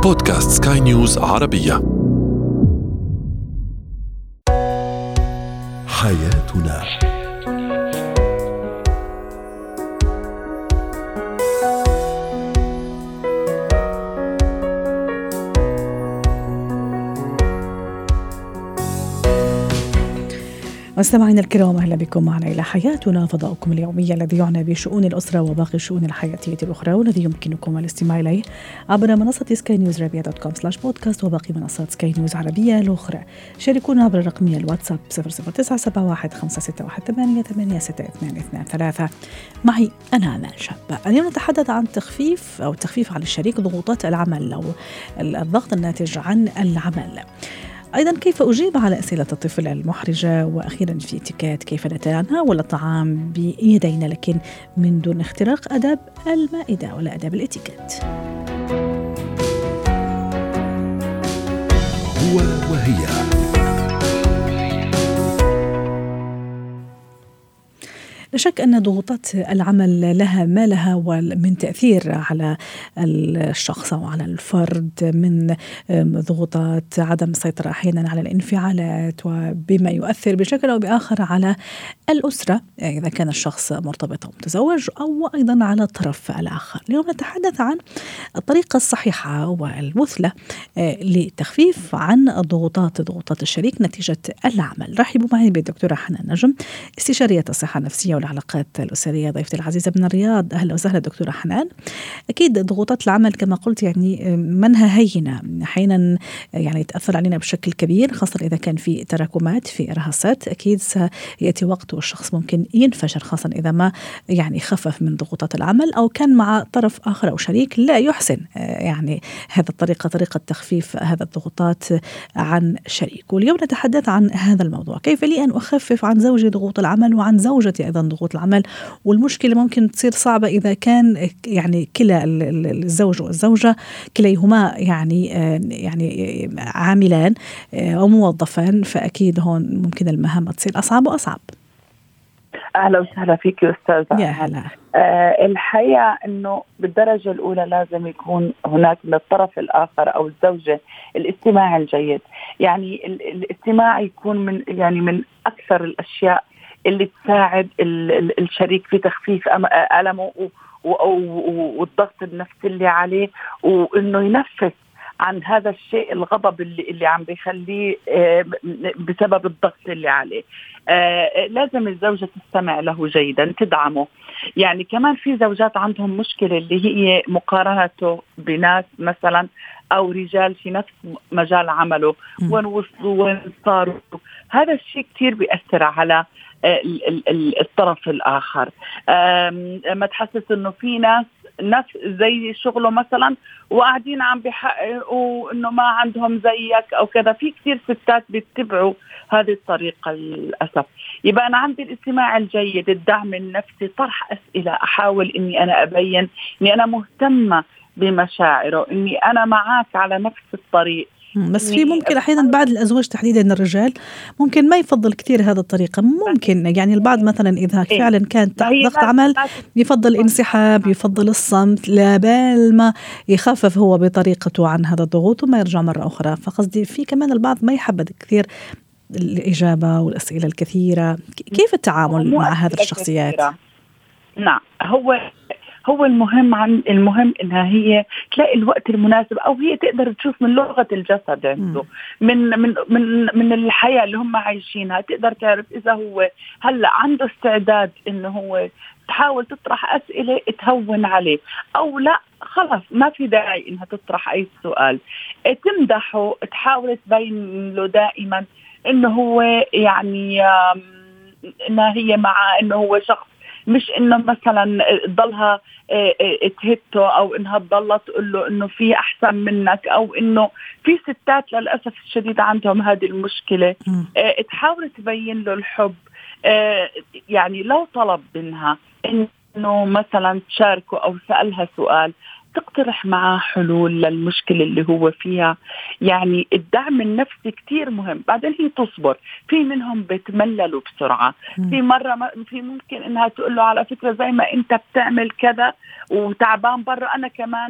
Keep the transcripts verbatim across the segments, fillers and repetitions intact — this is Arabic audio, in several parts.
بودكاست سكاي نيوز عربية. حياتنا. مستمعينا الكرام، أهلا بكم معنا إلى حياتنا، فضاؤكم اليومي الذي يعنى بشؤون الأسرة وباقي الشؤون الحياتية الأخرى، والذي يمكنكم الاستماع إليه عبر منصة سكاي نيوز عربية دوت كوم سلاش بودكاست وباقي منصات سكاي نيوز عربية الأخرى. شاركونا عبر الرقمية الواتساب صفر صفر تسعة سبعة واحد خمسة ستة واحد ثمانية ثمانية ستة اثنان اثنان ثلاثة. معي أنا أمال شابة. اليوم نتحدث عن تخفيف أو التخفيف عن الشريك ضغوطات العمل أو الضغط الناتج عن العمل. أيضا كيف أجيب على أسئلة الطفل المحرجة، وأخيرا في اتيكيت كيف نتناول الطعام بيدينا لكن من دون اختراق أداب المائدة ولا أداب الاتيكيت. هو وهي. لا شك أن ضغوطات العمل لها ما لها من تأثير على الشخص أو على الفرد، من ضغوطات عدم السيطرة أحيانا على الانفعالات، وبما يؤثر بشكل أو بآخر على الأسرة إذا كان الشخص مرتبط أو متزوج، أو أيضا على الطرف الآخر. اليوم نتحدث عن الطريقة الصحيحة والمثلى لتخفيف عن الضغوطات ضغوطات الشريك نتيجة العمل. رحبوا معي بالدكتورة حنان نجم، استشارية الصحة النفسية والعلاقات الأسرية، ضيفتي العزيزة من الرياض. أهلا وسهلا دكتورة حنان. أكيد ضغوطات العمل كما قلت يعني منها هينة، أحيانا يعني تأثر علينا بشكل كبير، خاصة إذا كان في تراكمات في إرهاصات. أكيد سيأتي وقت والشخص ممكن ينفجر، خاصة إذا ما يعني خفف من ضغوطات العمل أو كان مع طرف آخر أو شريك لا يحسن يعني هذا الطريقة طريقة تخفيف هذا الضغوطات عن شريك. واليوم نتحدث عن هذا الموضوع، كيف لي أن أخفف عن زوجي ضغوط العمل وعن زوجتي أيضا ضغوط العمل. والمشكلة ممكن تصير صعبة إذا كان يعني كلا الزوج والزوجة كليهما يعني يعني عاملان أو موظفان، فأكيد هون ممكن المهام تصير أصعب وأصعب. أهلا وسهلا فيك يا أستاذة. يا هلا. آه الحقيقة أنه بالدرجة الأولى لازم يكون هناك للطرف الآخر أو الزوجة الاستماع الجيد. يعني الاستماع يكون من يعني من أكثر الأشياء اللي تساعد الشريك في تخفيف ألمه والضغط النفسي اللي عليه، وإنه ينفس عن هذا الشيء الغضب اللي, اللي عم بيخليه بسبب الضغط اللي عليه. لازم الزوجة تستمع له جيدا، تدعمه. يعني كمان في زوجات عندهم مشكلة اللي هي مقارنته بناس مثلا أو رجال في نفس مجال عمله، وين وصلوا وين صاروا. هذا الشيء كتير بيأثر على الطرف الآخر. ما تحسس إنه في ناس نفس زي شغله مثلا وقاعدين عم بيحققوا إنه ما عندهم زيك أو كذا. في كتير ستات بيتبعوا هذه الطريقة للأسف. يبقى أنا عندي الاستماع الجيد، الدعم النفسي، طرح أسئلة، أحاول إني أنا أبين إني أنا مهتمة بمشاعره، إني أنا معاك على نفس الطريق. بس في ممكن أحيانا بعض الأزواج تحديدا الرجال ممكن ما يفضل كتير هذا الطريقة. ممكن يعني البعض مثلا إذا فعلا كان تحت ضغط عمل يفضل انسحاب، يفضل الصمت لبال ما يخفف هو بطريقته عن هذا الضغوط وما يرجع مرة أخرى. فقصدي في كمان البعض ما يحبذ كثير الإجابة والأسئلة الكثيرة. كيف التعامل مع هذه الشخصيات؟ نعم، هو هو المهم عن المهم إنها هي تلاقي الوقت المناسب، أو هي تقدر تشوف من لغة الجسد عنده، من من من من الحياة اللي هم عايشينها، تقدر تعرف إذا هو هلا عنده استعداد إنه هو تحاول تطرح أسئلة تهون عليه أو لا. خلاص ما في داعي إنها تطرح أي سؤال. تمدحه، تحاول تبين له دائما إنه هو يعني إنها هي مع إنه هو شخص، مش إنه مثلا تضلها تهته أو إنها تضلها تقول له إنه في أحسن منك، أو إنه في ستات للأسف الشديد عندهم هذه المشكلة. تحاول تبين له الحب. يعني لو طلب منها إنه مثلا تشاركه أو سألها سؤال، تقترح معاه حلول للمشكلة اللي هو فيها. يعني الدعم النفسي كتير مهم. بعدين هي تصبر. في منهم بتمللوا بسرعة. في مرة في ممكن إنها تقول له على فكرة زي ما أنت بتعمل كذا وتعبان برا، أنا كمان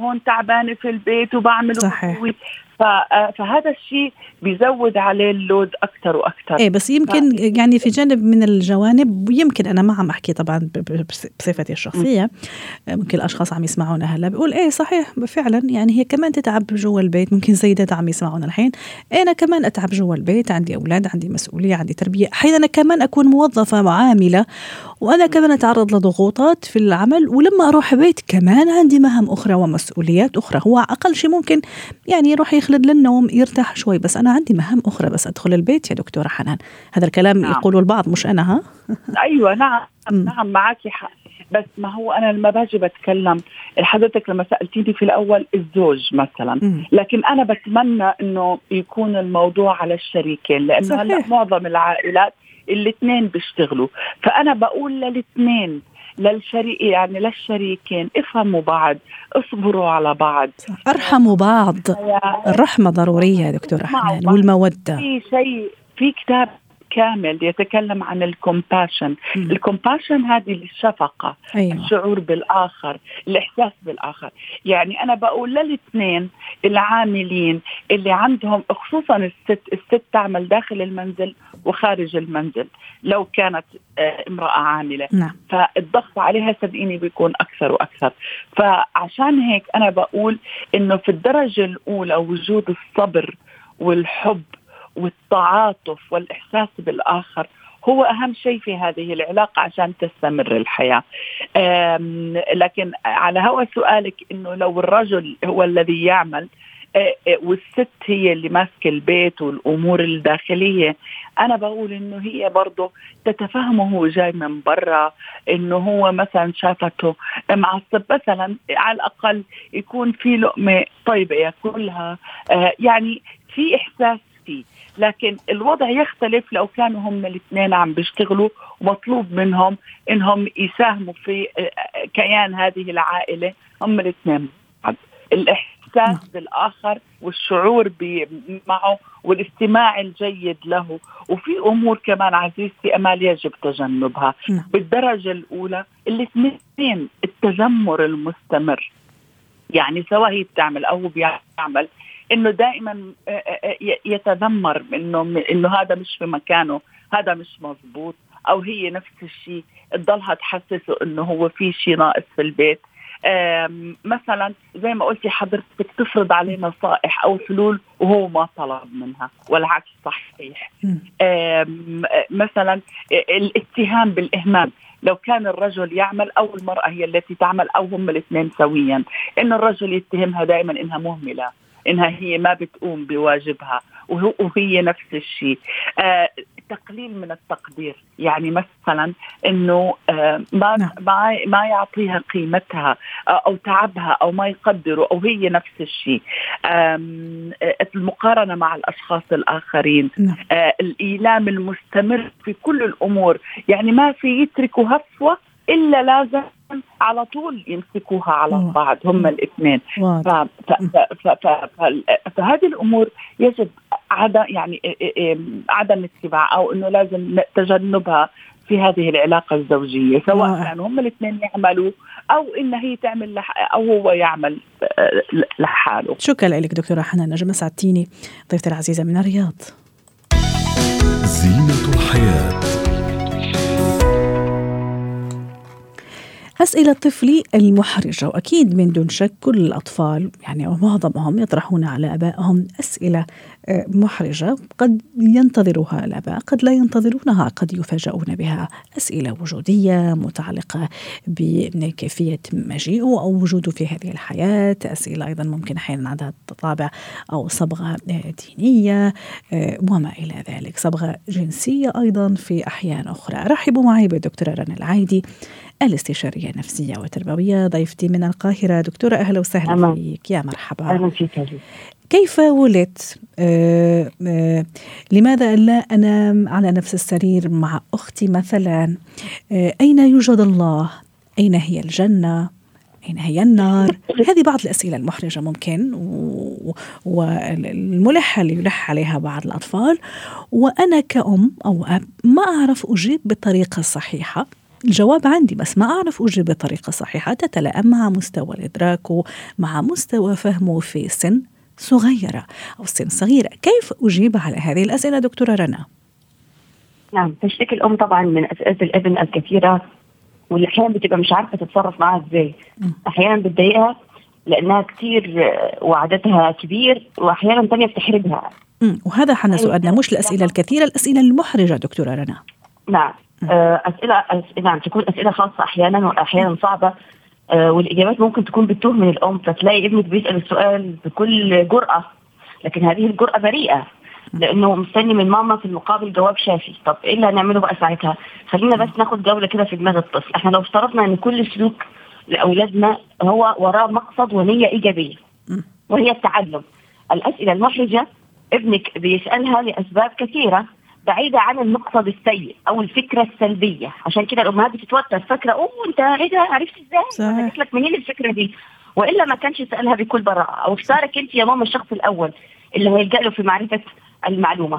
هون تعبانة في البيت وبعمل وبسوي. فهذا الشيء بيزود عليه اللود أكتر وأكتر. إيه بس يمكن ف... يعني في جانب من الجوانب، يمكن أنا ما عم أحكي طبعا بصفتي الشخصية، ممكن الأشخاص عم يسمعونا هلا بيقول إيه صحيح فعلا، يعني هي كمان تتعب جوا البيت. ممكن سيدات عم يسمعونا الحين، إيه أنا كمان أتعب جوا البيت، عندي أولاد، عندي مسؤولية، عندي تربية، أحيانا أنا كمان أكون موظفة وعاملة، وأنا كمان أتعرض لضغوطات في العمل، ولما أروح بيت كمان عندي مهام أخرى ومسؤوليات أخرى. هو أقل شيء ممكن يعني يروح يخلد للنوم يرتاح شوي، بس أنا عندي مهام أخرى بس أدخل البيت يا دكتورة حنان. هذا الكلام نعم. يقوله البعض مش أنا. ها أيوة نعم نعم معك حق. بس ما هو أنا لما باجي بتكلم، حضرتك لما سألتيني في الأول الزوج مثلا، م. لكن أنا بتمنى إنه يكون الموضوع على الشريكين، لأنه هلا معظم العائلات الاثنين بيشتغلوا. فأنا بقول للاثنين للشريك يعني للشريكين افهموا بعض، اصبروا على بعض، ارحموا بعض. الرحمة ضرورية يا دكتورة حنان والمودة. في شيء في كتاب كامل يتكلم عن الكومباشن. الكومباشن هذه الشفقة، أيوة. الشعور بالآخر، الإحساس بالآخر. يعني أنا بقول للاثنين العاملين اللي عندهم، خصوصا الست الست تعمل داخل المنزل وخارج المنزل لو كانت امرأة عاملة، نعم. فالضغط عليها صدقيني بيكون أكثر وأكثر. فعشان هيك أنا بقول إنه في الدرجة الأولى وجود الصبر والحب والتعاطف والإحساس بالآخر هو أهم شيء في هذه العلاقة عشان تستمر الحياة. لكن على هوا سؤالك إنه لو الرجل هو الذي يعمل والست هي اللي ماسكة البيت والأمور الداخلية، أنا بقول إنه هي برضو تتفهمه هو جاي من برا، إنه هو مثلا شافته معصب مثلا، على الأقل يكون في لقمة طيبة يأكلها، يعني في إحساس فيه. لكن الوضع يختلف لو كانوا هم الاثنين عم بيشتغلوا ومطلوب منهم إنهم يساهموا في كيان هذه العائلة هم الاثنين. الإحساس بالآخر والشعور معه والاستماع الجيد له. وفي أمور كمان عزيزتي أمال يجب تجنبها. بالدرجة الأولى الاثنين التذمر المستمر، يعني سواء هي بتعمل أو بيعمل، إنه دائما يتذمر إنه إنه هذا مش في مكانه، هذا مش مظبوط، أو هي نفس الشيء تضلها تحسسه إنه هو في شيء ناقص في البيت. مثلا زي ما قلتي حضرتك تفرض عليه نصائح أو حلول وهو ما طلب منها، والعكس صحيح. مثلا الاتهام بالإهمال، لو كان الرجل يعمل أو المرأة هي التي تعمل أو هم الاثنين سويا، إن الرجل يتهمها دائما إنها مهملة، إنها هي ما بتقوم بواجبها، وهي نفس الشيء. آه تقليل من التقدير، يعني مثلا إنه آه ما ما ما يعطيها قيمتها آه أو تعبها أو ما يقدره، أو هي نفس الشيء. آه المقارنة مع الأشخاص الآخرين، آه الإيلام المستمر في كل الأمور، يعني ما في يتركوا هفوة إلا لازم على طول يمسكوها على أوه. بعض هم الاثنين. فهذه الأمور يجب عدم يعني عدم اتباع، أو إنه لازم تجنبها في هذه العلاقة الزوجية، سواء أوه. كانوا هم الاثنين يعملوا أو إن هي تعمل لح... أو هو يعمل لحاله. شكرا لك دكتورة حنان نجم، سعدتيني ضيفتي العزيزة من الرياض. زينة الحياة. أسئلة طفلي المحرجة، وأكيد من دون شك كل الأطفال يعني أو معظمهم يطرحون على آبائهم أسئلة محرجة قد ينتظرها الآباء، قد لا ينتظرونها، قد يفاجؤون بها. أسئلة وجودية متعلقة بكيفية مجيئه أو وجوده في هذه الحياة. أسئلة أيضا ممكن أحيانا عندها طابع أو صبغة دينية وما إلى ذلك، صبغة جنسية أيضا في أحيان أخرى. رحبوا معي بالدكتورة رنا العايدي، الاستشارية النفسية وتربوية، ضيفتي من القاهرة. دكتورة أهلا وسهلا أهلا. فيك، يا مرحبا. أهلا فيك. كيف ولدت؟ آه آه لماذا لا أنام على نفس السرير مع أختي مثلا؟ آه أين يوجد الله؟ أين هي الجنة؟ أين هي النار؟ هذه بعض الأسئلة المحرجة ممكن والملحة اللي يلح عليها بعض الأطفال، وأنا كأم أو أب ما أعرف أجيب بالطريقة الصحيحة. الجواب عندي بس ما أعرف أجيب بطريقة صحيحة تتلائم مع مستوى الإدراك ومع مستوى فهمه في سن صغيرة أو سن صغيرة. كيف أجيب على هذه الأسئلة دكتورة رنا؟ نعم، تشتكي الأم طبعا من أسئلة الابن الكثيرة، واللي أحيانا بتبقى مش عارفة تتصرف معها إزاي. أحيانا بتضايقها لأنها كتير وعددها كبير، وأحيانا تانية بتحرجها. وهذا حنا سؤالنا، مش الأسئلة الكثيرة، الأسئلة المحرجة دكتورة رنا. نعم، أسئلة نعم تكون أسئلة خاصة أحيانا، وأحيانا صعبة، والإجابات ممكن تكون بتوه من الأم، فتلاقي ابنك بيسأل السؤال بكل جرأة، لكن هذه الجرأة بريئة لأنه مستني من ماما في المقابل جواب شافي. طب إيه اللي هنعمله بقى ساعتها؟ خلينا بس ناخد جولة كده في دماغ الطفل. احنا لو افترضنا أن كل سلوك لأولادنا هو وراه مقصد ونية إيجابية وهي التعلم، الأسئلة المحرجة ابنك بيسألها لأسباب كثيرة بعيدة عن المقصد السيء أو الفكرة السلبية. عشان كده الأمهات بتتوتر، فكرة أوه أنت إيه ده، عرفت إزاي؟ أنا جيت لك منين الفكرة دي؟ وإلا ما كانش يسألها بكل براءة، أو اختارك أنت يا ماما الشخص الأول اللي هيلجأ له في معرفة المعلومة.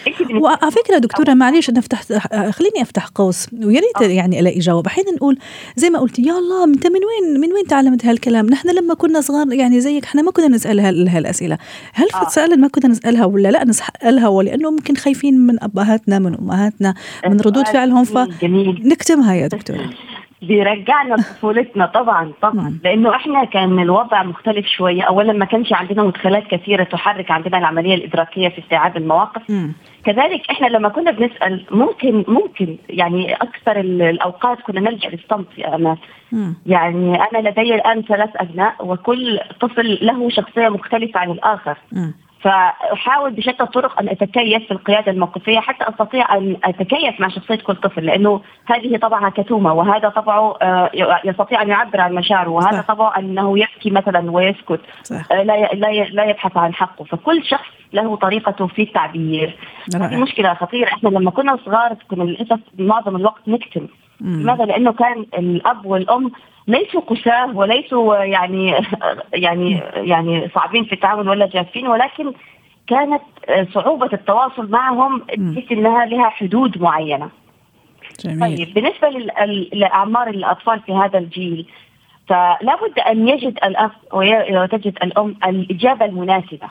وعلى فكرة دكتورة معليش أنا افتح خليني أفتح قوس ويا ريت يعني ألاقي جواب. أحيانا نقول زي ما قلت يا الله أنت من وين من وين تعلمت هالكلام؟ نحن لما كنا صغار يعني زيك إحنا ما كنا نسأل هالأسئلة. هل آه. فعلا ما كنا نسألها ولا لا نسألها؟ ولأنه ممكن خايفين من أبهاتنا من أمهاتنا من ردود فعلهم فنكتمها يا دكتورة. بيرجعنا لطفولتنا طبعا طبعا، لانه احنا كان الوضع مختلف شويه. اولا ما كانش عندنا مدخلات كثيره تحرك عندنا العمليه الادراكيه في استيعاب المواقف. م. كذلك احنا لما كنا بنسال ممكن ممكن يعني اكثر الاوقات كنا نلجا للصمت يا امان. يعني انا لدي الان ثلاث ابناء وكل طفل له شخصيه مختلفه عن الاخر. م. فأحاول بشتى الطرق أن أتكيف في القيادة الموقفية حتى أستطيع أن أتكيف مع شخصية كل طفل، لأنه هذه طبعها كتومة وهذا طبعه يستطيع أن يعبر عن مشاعره، وهذا طبعه أنه يبكي مثلا ويسكت، لا لا يبحث عن حقه. فكل شخص له طريقته في التعبير. هذه مشكلة خطيرة. إحنا لما كنا صغار كنا للأسف معظم الوقت نكتم. لماذا؟ لأنه كان الأب والأم ليسوا قساة وليسوا يعني يعني يعني صعبين في التعامل ولا جافين، ولكن كانت صعوبة التواصل معهم بحيث أنها لها حدود معينة. جميل. طيب بالنسبة لأعمار الأطفال في هذا الجيل، فلا بد أن يجد الأب وتجد الأم الإجابة المناسبة.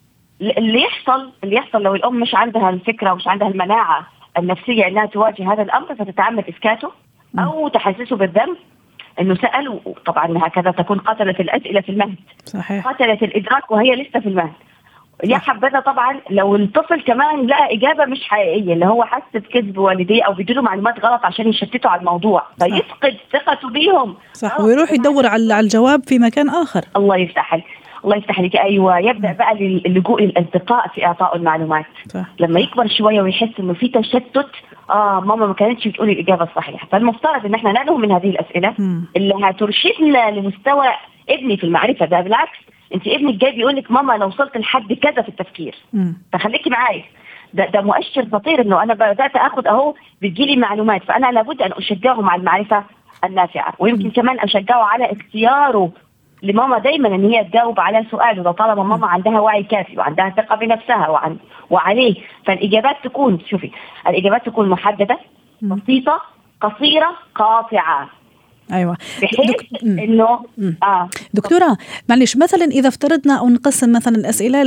اللي يحصل اللي يحصل لو الأم مش عندها الفكرة ومش عندها المناعة النفسية أنها تواجه هذا الأمر، فتتعمد إسكاته أو تحسسه بالذنب انه سأل. طبعا هكذا تكون قتلت الأسئلة في المهد. صحيح. قتلت الإدراك وهي لسه في المهد. يا حبذا طبعا لو الطفل كمان لقى إجابة مش حقيقية، اللي هو حس بكذب والديه أو بيديله معلومات غلط عشان يشتتوا على الموضوع، فيفقد ثقته بيهم. صح. ويروح يدور على الجواب في مكان آخر. الله يفتح عليك. الله يفتح لك. أيوة، يبدأ بقى اللجوء للأصدقاء في إعطاء المعلومات. صح. لما يكبر شوية ويحس إنه في تشتت، آه ماما ما كانتش بتقولي الإجابة الصحيحة، فالمفترض إن إحنا ندعو من هذه الأسئلة م. اللي هترشدنا لمستوى ابني في المعرفة. ده بالعكس، أنت ابنك جاي بيقول لك ماما أنا وصلت لحد كذا في التفكير، م. فخليكي معايا. ده ده مؤشر خطير إنه أنا بدأت أخذ أهو بتجيلي معلومات، فأنا لابد أن أشجعه مع المعرفة النافعة، ويمكن م. كمان أشجعه على اختياره لماما دايما ان هي تجاوب على سؤاله، لو طالما ماما عندها وعي كافي وعندها ثقة بنفسها وعن وعليه. فالإجابات تكون شوفي الإجابات تكون محددة، بسيطة، قصيرة، قاطعة. ايوه بحيث انه اه دكتوره معلش، مثلا اذا افترضنا او نقسم مثلا الاسئله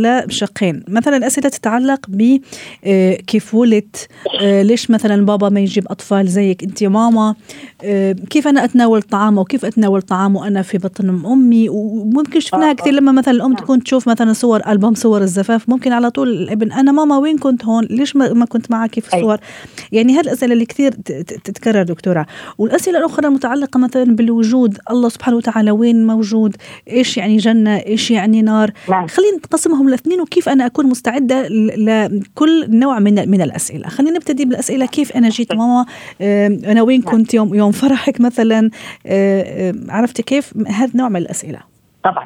لشقين، مثلا اسئله تتعلق ب كيف ولدت، ليش مثلا بابا ما يجيب اطفال زيك انت يا ماما، كيف انا اتناول طعامه وكيف اتناول طعامه انا في بطن امي. وممكن شفناها كثير لما مثلا الام تكون تشوف مثلا صور البوم صور الزفاف، ممكن على طول الابن انا ماما وين كنت هون، ليش ما كنت معك في الصور. يعني هذه الاسئله اللي كثير تتكرر دكتوره. والاسئله الاخرى متعلقة مثلا بالوجود، الله سبحانه وتعالى وين موجود، إيش يعني جنة، إيش يعني نار. نعم. خلينا نقسمهم الاثنين وكيف أنا أكون مستعدة لكل نوع من من الأسئلة. خلينا نبتدي بالأسئلة كيف أنا جيت ماما، أنا وين كنت يوم يوم فرحك مثلا، عرفتي كيف. هذا نوع من الأسئلة. طبعا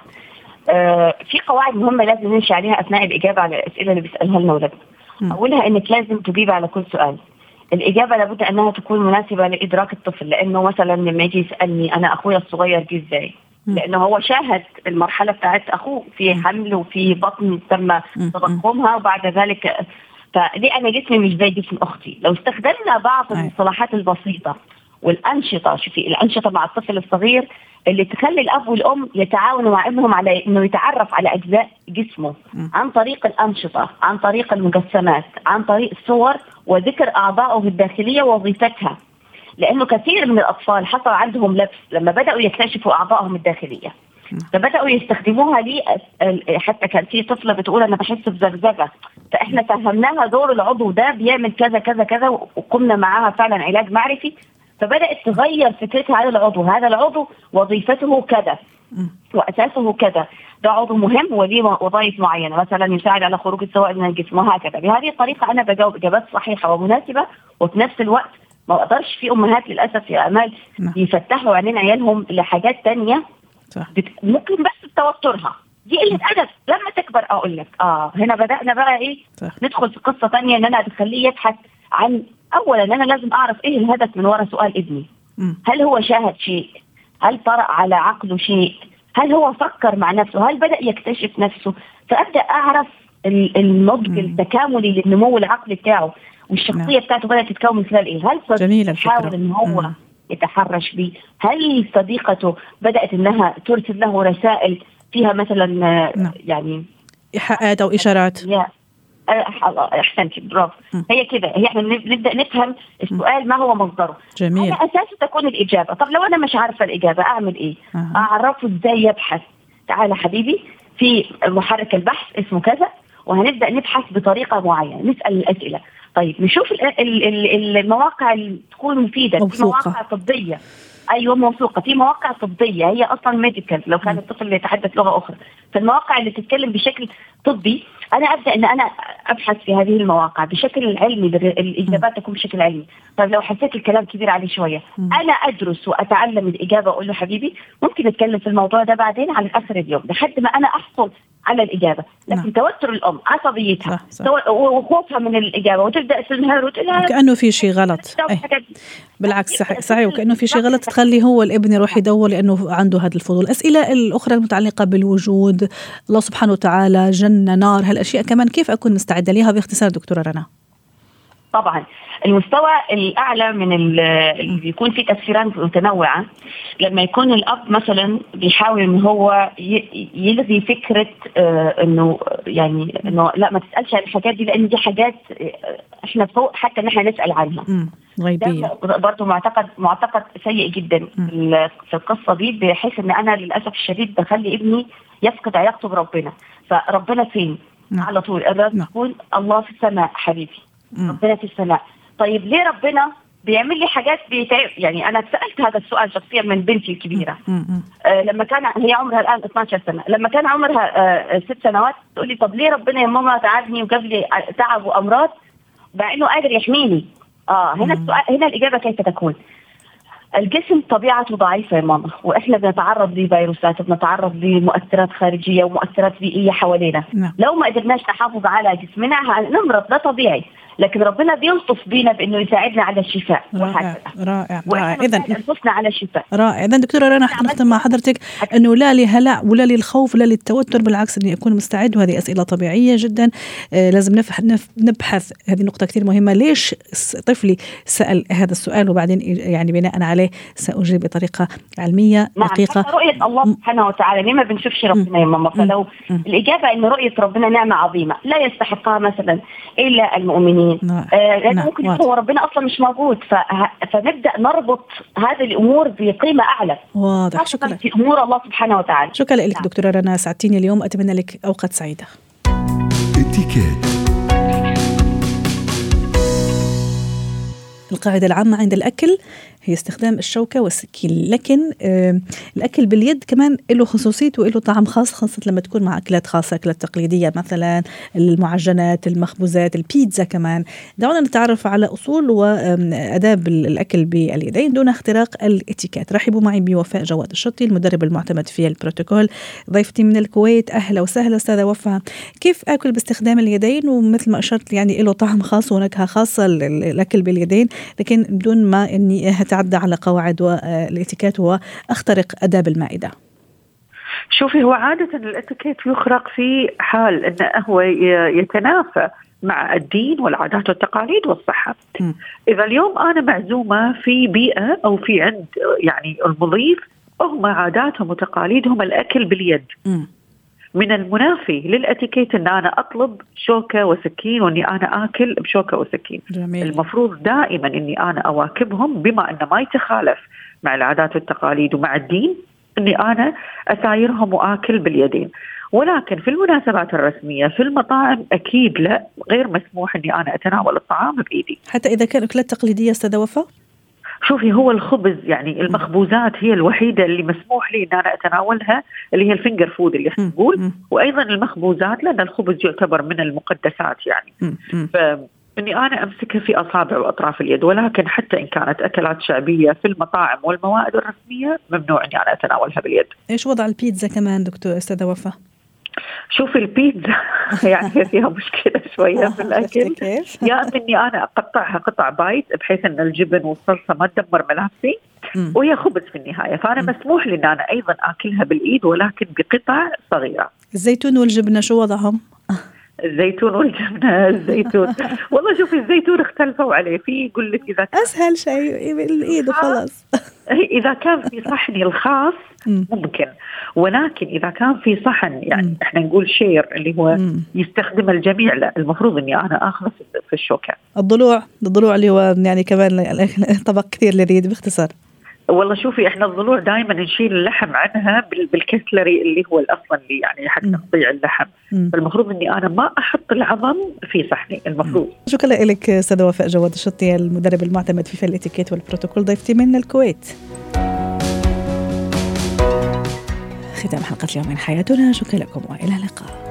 في قواعد مهمة لازم نمشي عليها أثناء الإجابة على الأسئلة اللي بيسألها لنا أولادنا. أولها إنك لازم تجيب على كل سؤال. الإجابة لابد أنها تكون مناسبة لإدراك الطفل، لأنه مثلا لما يجي يسألني أنا أخويا الصغير جه إزاي، لأنه هو شاهد المرحلة بتاعت أخوه في حمل وفي بطن تم تضخمها وبعد ذلك، فليه أنا جسمي مش زي جسم أختي. لو استخدمنا بعض المصطلحات البسيطة والأنشطة. شوفي الأنشطة مع الطفل الصغير اللي تخلي الأب والأم يتعاونوا مع ابنهم على إنه يتعرف على أجزاء جسمه عن طريق الأنشطة، عن طريق المجسمات، عن طريق الصور، وذكر أعضائه الداخلية ووظيفتها. لأنه كثير من الأطفال حصل عندهم لبس لما بدأوا يكتشفوا أعضائهم الداخلية، فبدأوا يستخدموها لي. حتى كان في طفلة بتقول أنا بحس بزغزغة، فإحنا فهمناها دور العضو ده بيعمل كذا كذا كذا، وقمنا معاها فعلا علاج معرفي، فبدأت تغير فكرتها عن العضو. هذا العضو وظيفته كذا وأساسه كذا، ده عضو مهم وليه وظائف معينة، مثلا يساعد على خروج السوائل من الجسم وهكذا. بهذه الطريقة أنا بجاوب إجابات صحيحة ومناسبة، وفي نفس الوقت ما أقدرش في أمهات للأسف يا أمال يفتحوا عينين عيالهم لحاجات تانية بت... ممكن بس بتوترها دي قلة أدب. لما تكبر أقول لك آه هنا بدأنا بقى إيه صح. ندخل في قصة تانية إن أنا أخليه يبحث عن، أولا أنا لازم أعرف إيه الهدف من وراء سؤال ابني. م. هل هو شاهد شيء؟ هل طرأ على عقله شيء؟ هل هو فكر مع نفسه؟ هل بدأ يكتشف نفسه؟ فأبدأ أعرف النضج التكاملي للنمو العقلي بتاعه، والشخصية نعم. بتاعته بدأت تتكون من خلال إيه؟ هل صديقته يحاول إن هو مم. يتحرش به؟ هل صديقته بدأت إنها ترسل له رسائل فيها مثلا نعم. يعني إيحاءات أو إشارات؟ أحسنت برافو. هي كده، هي احنا نبدأ نفهم السؤال ما هو مصدره، جميل. على أساسه تكون الإجابة. طب لو أنا مش عارفة الإجابة أعمل إيه؟ أه. أعرفه إزاي يبحث. تعال حبيبي في محرك البحث اسمه كذا، وهنبدأ نبحث بطريقة معينة، نسأل الأسئلة. طيب نشوف المواقع اللي تكون مفيدة، في مواقع طبية أيوة موثوقة، في مواقع طبية هي أصلا ميديكال لو كان الطفل يتحدث لغة أخرى، فالمواقع اللي تتكلم بشكل طبي أنا أبدأ أن أنا أبحث في هذه المواقع بشكل علمي، الإجابات تكون بشكل علمي. طيب لو حسيت الكلام كبير عليه شوية أنا أدرس وأتعلم الإجابة وأقول له حبيبي ممكن نتكلم في الموضوع ده بعدين على آخر اليوم لحد ما أنا أحصل على الإجابة. لكن نعم. توتر الأم، عصبيتها وخوفها من الإجابة وتبدأ تنهار وتقولها كأنه في شيء غلط. بالعكس صحيح, صحيح وكأنه في شيء غلط تخلي هو الابن يروح يدور لأنه عنده هذا الفضول. الأسئلة الأخرى المتعلقة بالوجود، الله سبحانه وتعالى، جنة، نار، هالأشياء كمان كيف أكون مستعدة لها باختصار دكتورة رنا؟ طبعا المستوى الأعلى من اللي بيكون فيه تفسيرات متنوعة لما يكون الأب مثلا بيحاول إن هو يلغي فكرة آه إنه يعني إنه لا ما تسألش عن الحاجات دي لأن دي حاجات إحنا فوق حتى نحن نسأل عنها. غيبية. برضو معتقد معتقد سيء جدا في القصة دي، بحيث إن أنا للأسف الشديد بخلي ابني يفقد علاقته بربنا. فربنا فين؟ م. على طول الرب يقول الله في السماء حبيبي. م. ربنا في السماء. طيب ليه ربنا بيعمل لي حاجات بيتعب؟ يعني أنا سألت هذا السؤال شخصيا من بنتي الكبيرة آه لما كان هي عمرها الآن اثنتي عشرة سنة، لما كان عمرها آه ست سنوات تقول لي طب ليه ربنا يا ماما تعبني وجاب لي تعب وأمراض مع إنه قادر يحميني؟ آه هنا السؤال، هنا الإجابة كيف تكون؟ الجسم طبيعته ضعيفة يا ماما، وإحنا بنتعرض لفيروسات وبنتعرض لمؤثرات خارجية ومؤثرات بيئية حوالينا. نعم. لو ما قدرناش نحافظ على جسمنا هنمرض، ده طبيعي، لكن ربنا بيلطف بينا بانه يساعدنا على الشفاء. رائع رائع رائع. اذا انفسنا على الشفاء. رائع. اذا دكتوره رنا حنختم مع حضرتك انه لا لهلع ولا للخوف ولا للتوتر، بالعكس اني اكون مستعد، وهذه اسئله طبيعيه جدا. آه لازم نبحث، هذه نقطه كثير مهمه، ليش طفلي سال هذا السؤال وبعدين يعني بناء عليه ساجيب بطريقه علميه دقيقه. نعم. رؤيه الله سبحانه وتعالى ليه ما بنشوفش ربنا يا ماما؟ فلو م. الاجابه ان رؤيه ربنا نعمه عظيمه لا يستحقها مثلا الا المؤمنين. نعم. آه لأن نعم. ممكن يكون ربنا أصلا مش موجود، فنبدأ نربط هذه الأمور بقيمة أعلى. واضح. شكرا في أمور الله سبحانه وتعالى. شكرا لك نعم. دكتورة رنا، سعدتيني اليوم، أتمنى لك أوقات سعيدة. القاعدة العامة عند الأكل هي استخدام الشوكة والسكين، لكن آه الأكل باليد كمان له خصوصيته وله طعم خاص، خاصة لما تكون مع أكلات خاصة، أكلات تقليدية مثلا المعجنات، المخبوزات، البيتزا كمان. دعونا نتعرف على أصول وآداب الأكل باليدين دون اختراق الاتيكيت. رحبوا معي بوفاء جواد الشطي، المدرب المعتمد في البروتوكول، ضيفتي من الكويت. أهلا وسهلا أستاذة وفاء. كيف أكل باستخدام اليدين؟ ومثل ما أشرت يعني له طعم خاص ونكهة خاصة الأكل باليدين، لكن بدون ما إني أتعدى على قواعد والاتيكيت واخترق آداب المائدة. شوفي، هو عادة الاتيكيت يخرق في حال أنه هو يتنافى مع الدين والعادات والتقاليد والصحة. م. إذا اليوم أنا معزومة في بيئة أو في عند يعني المضيف هم عاداتهم وتقاليدهم الأكل باليد، م. من المنافي للاتيكيت أن أنا أطلب شوكة وسكين وأني أنا آكل بشوكة وسكين. جميل. المفروض دائما أني أنا أواكبهم بما أنه ما يتخالف مع العادات والتقاليد ومع الدين أني أنا أسايرهم وآكل باليدين. ولكن في المناسبات الرسمية في المطاعم أكيد لا، غير مسموح أني أنا أتناول الطعام بإيدي حتى إذا كان أكلات تقليدية أستاذة وفاء. شوفي، هو الخبز يعني المخبوزات هي الوحيدة اللي مسموح لي أن أنا أتناولها، اللي هي الفينجر فود اللي نقول، وأيضا المخبوزات لأن الخبز يعتبر من المقدسات يعني، فإني أنا أمسكها في أصابع وأطراف اليد. ولكن حتى إن كانت أكلات شعبية في المطاعم والموائد الرسمية ممنوع أني أنا أتناولها باليد. إيش وضع البيتزا كمان دكتور أستاذة وفاء؟ شوفي البيتزا يعني فيها مشكلة شوية في الأكل، يا إني أنا أقطعها قطع بايت بحيث أن الجبن والصلصة ما تدمر ملابسي، وهي خبز في النهاية، فأنا مسموح لي أن أنا أيضا أكلها بالإيد ولكن بقطع صغيرة. الزيتون والجبنة شو وضعهم؟ الزيتون والجبنة الزيتون والله شوفي الزيتون اختلفوا عليه، في يقول لك إذا أسهل شيء بالإيد وخلاص. إذا كان في صحني الخاص ممكن، ولكن إذا كان في صحن يعني إحنا نقول شير اللي هو يستخدم الجميع، لا المفروض إني أنا أخذ في الشوكة. الضلوع الضلوع اللي هو يعني كمان طبق كثير لذيذ باختصار. والله شوفي إحنا الضلوع دائما نشيل اللحم عنها بالكسلري اللي هو الأصلا اللي يعني حق تقطيع اللحم، فالمفروض إني أنا ما أحط العظم في صحني المفروض. شكرا لك أستاذة وفاء جواد الشطي، المدرب المعتمد في فن الاتيكيت والبروتوكول، ضيفتي من الكويت. ختام حلقة اليوم من حياتنا، شكرا لكم وإلى اللقاء.